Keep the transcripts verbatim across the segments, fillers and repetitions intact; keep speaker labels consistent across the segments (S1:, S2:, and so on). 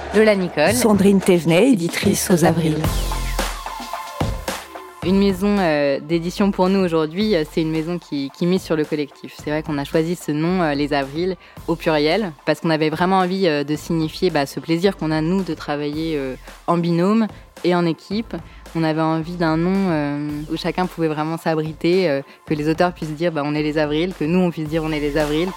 S1: Lola Nicole.
S2: Sandrine Thévenet, éditrice aux Avrils.
S1: Une maison euh, d'édition pour nous aujourd'hui, euh, c'est une maison qui, qui mise sur le collectif. C'est vrai qu'on a choisi ce nom, euh, Les Avrils, au pluriel, parce qu'on avait vraiment envie euh, de signifier bah, ce plaisir qu'on a, nous, de travailler euh, en binôme et en équipe. On avait envie d'un nom euh, où chacun pouvait vraiment s'abriter, euh, que les auteurs puissent dire bah, on est Les Avrils, que nous, on puisse dire on est Les Avrils.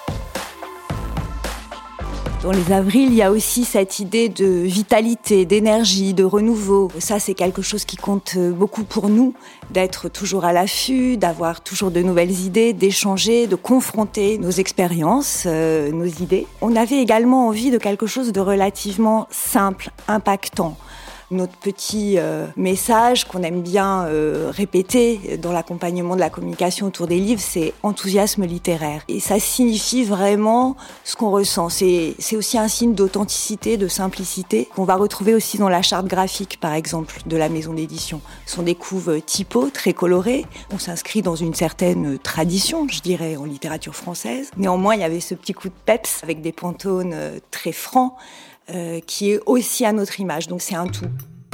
S2: Dans Les Avrils, il y a aussi cette idée de vitalité, d'énergie, de renouveau. Ça, c'est quelque chose qui compte beaucoup pour nous, d'être toujours à l'affût, d'avoir toujours de nouvelles idées, d'échanger, de confronter nos expériences, euh, nos idées. On avait également envie de quelque chose de relativement simple, impactant. Notre petit euh, message qu'on aime bien euh, répéter dans l'accompagnement de la communication autour des livres, c'est enthousiasme littéraire. Et ça signifie vraiment ce qu'on ressent. C'est, c'est aussi un signe d'authenticité, de simplicité, qu'on va retrouver aussi dans la charte graphique, par exemple, de la maison d'édition. Ce sont des couves typo, très colorées. On s'inscrit dans une certaine tradition, je dirais, en littérature française. Néanmoins, il y avait ce petit coup de peps avec des pantones très francs, Euh, qui est aussi à notre image, donc c'est un tout.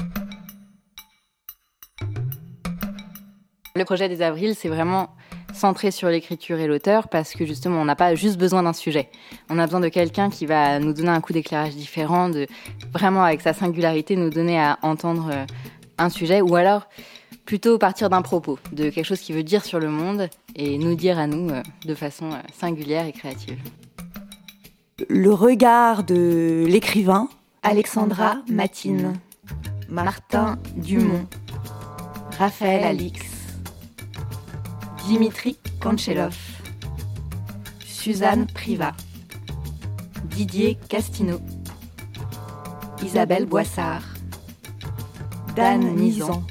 S1: Le projet des Avrils, c'est vraiment centré sur l'écriture et l'auteur parce que justement, on n'a pas juste besoin d'un sujet. On a besoin de quelqu'un qui va nous donner un coup d'éclairage différent, de vraiment avec sa singularité nous donner à entendre un sujet ou alors plutôt partir d'un propos, de quelque chose qui veut dire sur le monde et nous dire à nous de façon singulière et créative.
S2: Le regard de l'écrivain, Alexandra Matine, Martin Dumont, Raphaël Alix, Dimitri Kanchelov, Suzanne Privat, Didier Castineau, Isabelle Boissard, Dan Nizan.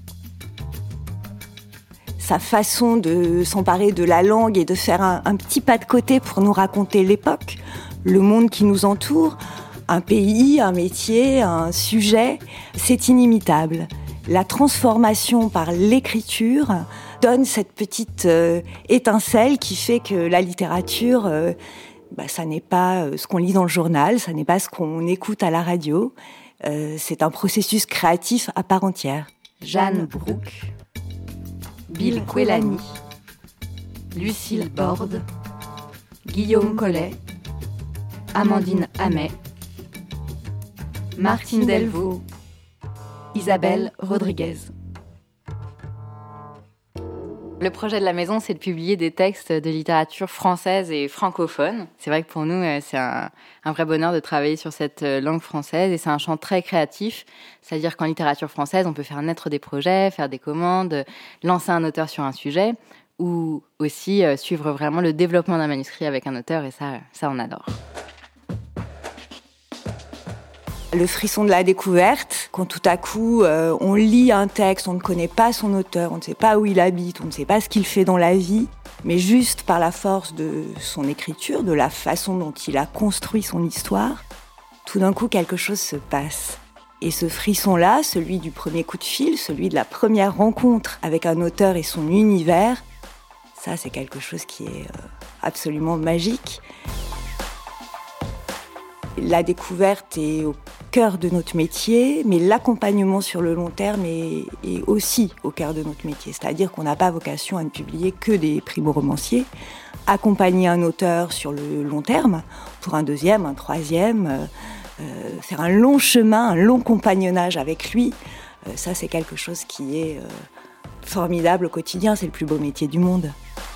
S2: Sa façon de s'emparer de la langue et de faire un, un petit pas de côté pour nous raconter l'époque, le monde qui nous entoure, un pays, un métier, un sujet, c'est inimitable. La transformation par l'écriture donne cette petite euh, étincelle qui fait que la littérature, euh, bah, ça n'est pas ce qu'on lit dans le journal, ça n'est pas ce qu'on écoute à la radio, euh, c'est un processus créatif à part entière. Jeanne Brooke, Bill Quelani, Lucille Borde, Guillaume Collet, Amandine Hamet, Martine Delvaux, Isabelle Rodriguez.
S1: Le projet de la maison, c'est de publier des textes de littérature française et francophone. C'est vrai que pour nous, c'est un, un vrai bonheur de travailler sur cette langue française et c'est un champ très créatif. C'est-à-dire qu'en littérature française, on peut faire naître des projets, faire des commandes, lancer un auteur sur un sujet ou aussi suivre vraiment le développement d'un manuscrit avec un auteur et ça, ça on adore.
S2: Le frisson de la découverte, quand tout à coup euh, on lit un texte, on ne connaît pas son auteur, on ne sait pas où il habite, on ne sait pas ce qu'il fait dans la vie, mais juste par la force de son écriture, de la façon dont il a construit son histoire, tout d'un coup quelque chose se passe. Et ce frisson-là, celui du premier coup de fil, celui de la première rencontre avec un auteur et son univers, ça c'est quelque chose qui est euh, absolument magique. La découverte est au cœur de notre métier, mais l'accompagnement sur le long terme est, est aussi au cœur de notre métier. C'est-à-dire qu'on n'a pas vocation à ne publier que des primo-romanciers. Accompagner un auteur sur le long terme, pour un deuxième, un troisième, euh, euh, faire un long chemin, un long compagnonnage avec lui, euh, ça c'est quelque chose qui est euh, formidable au quotidien, c'est le plus beau métier du monde.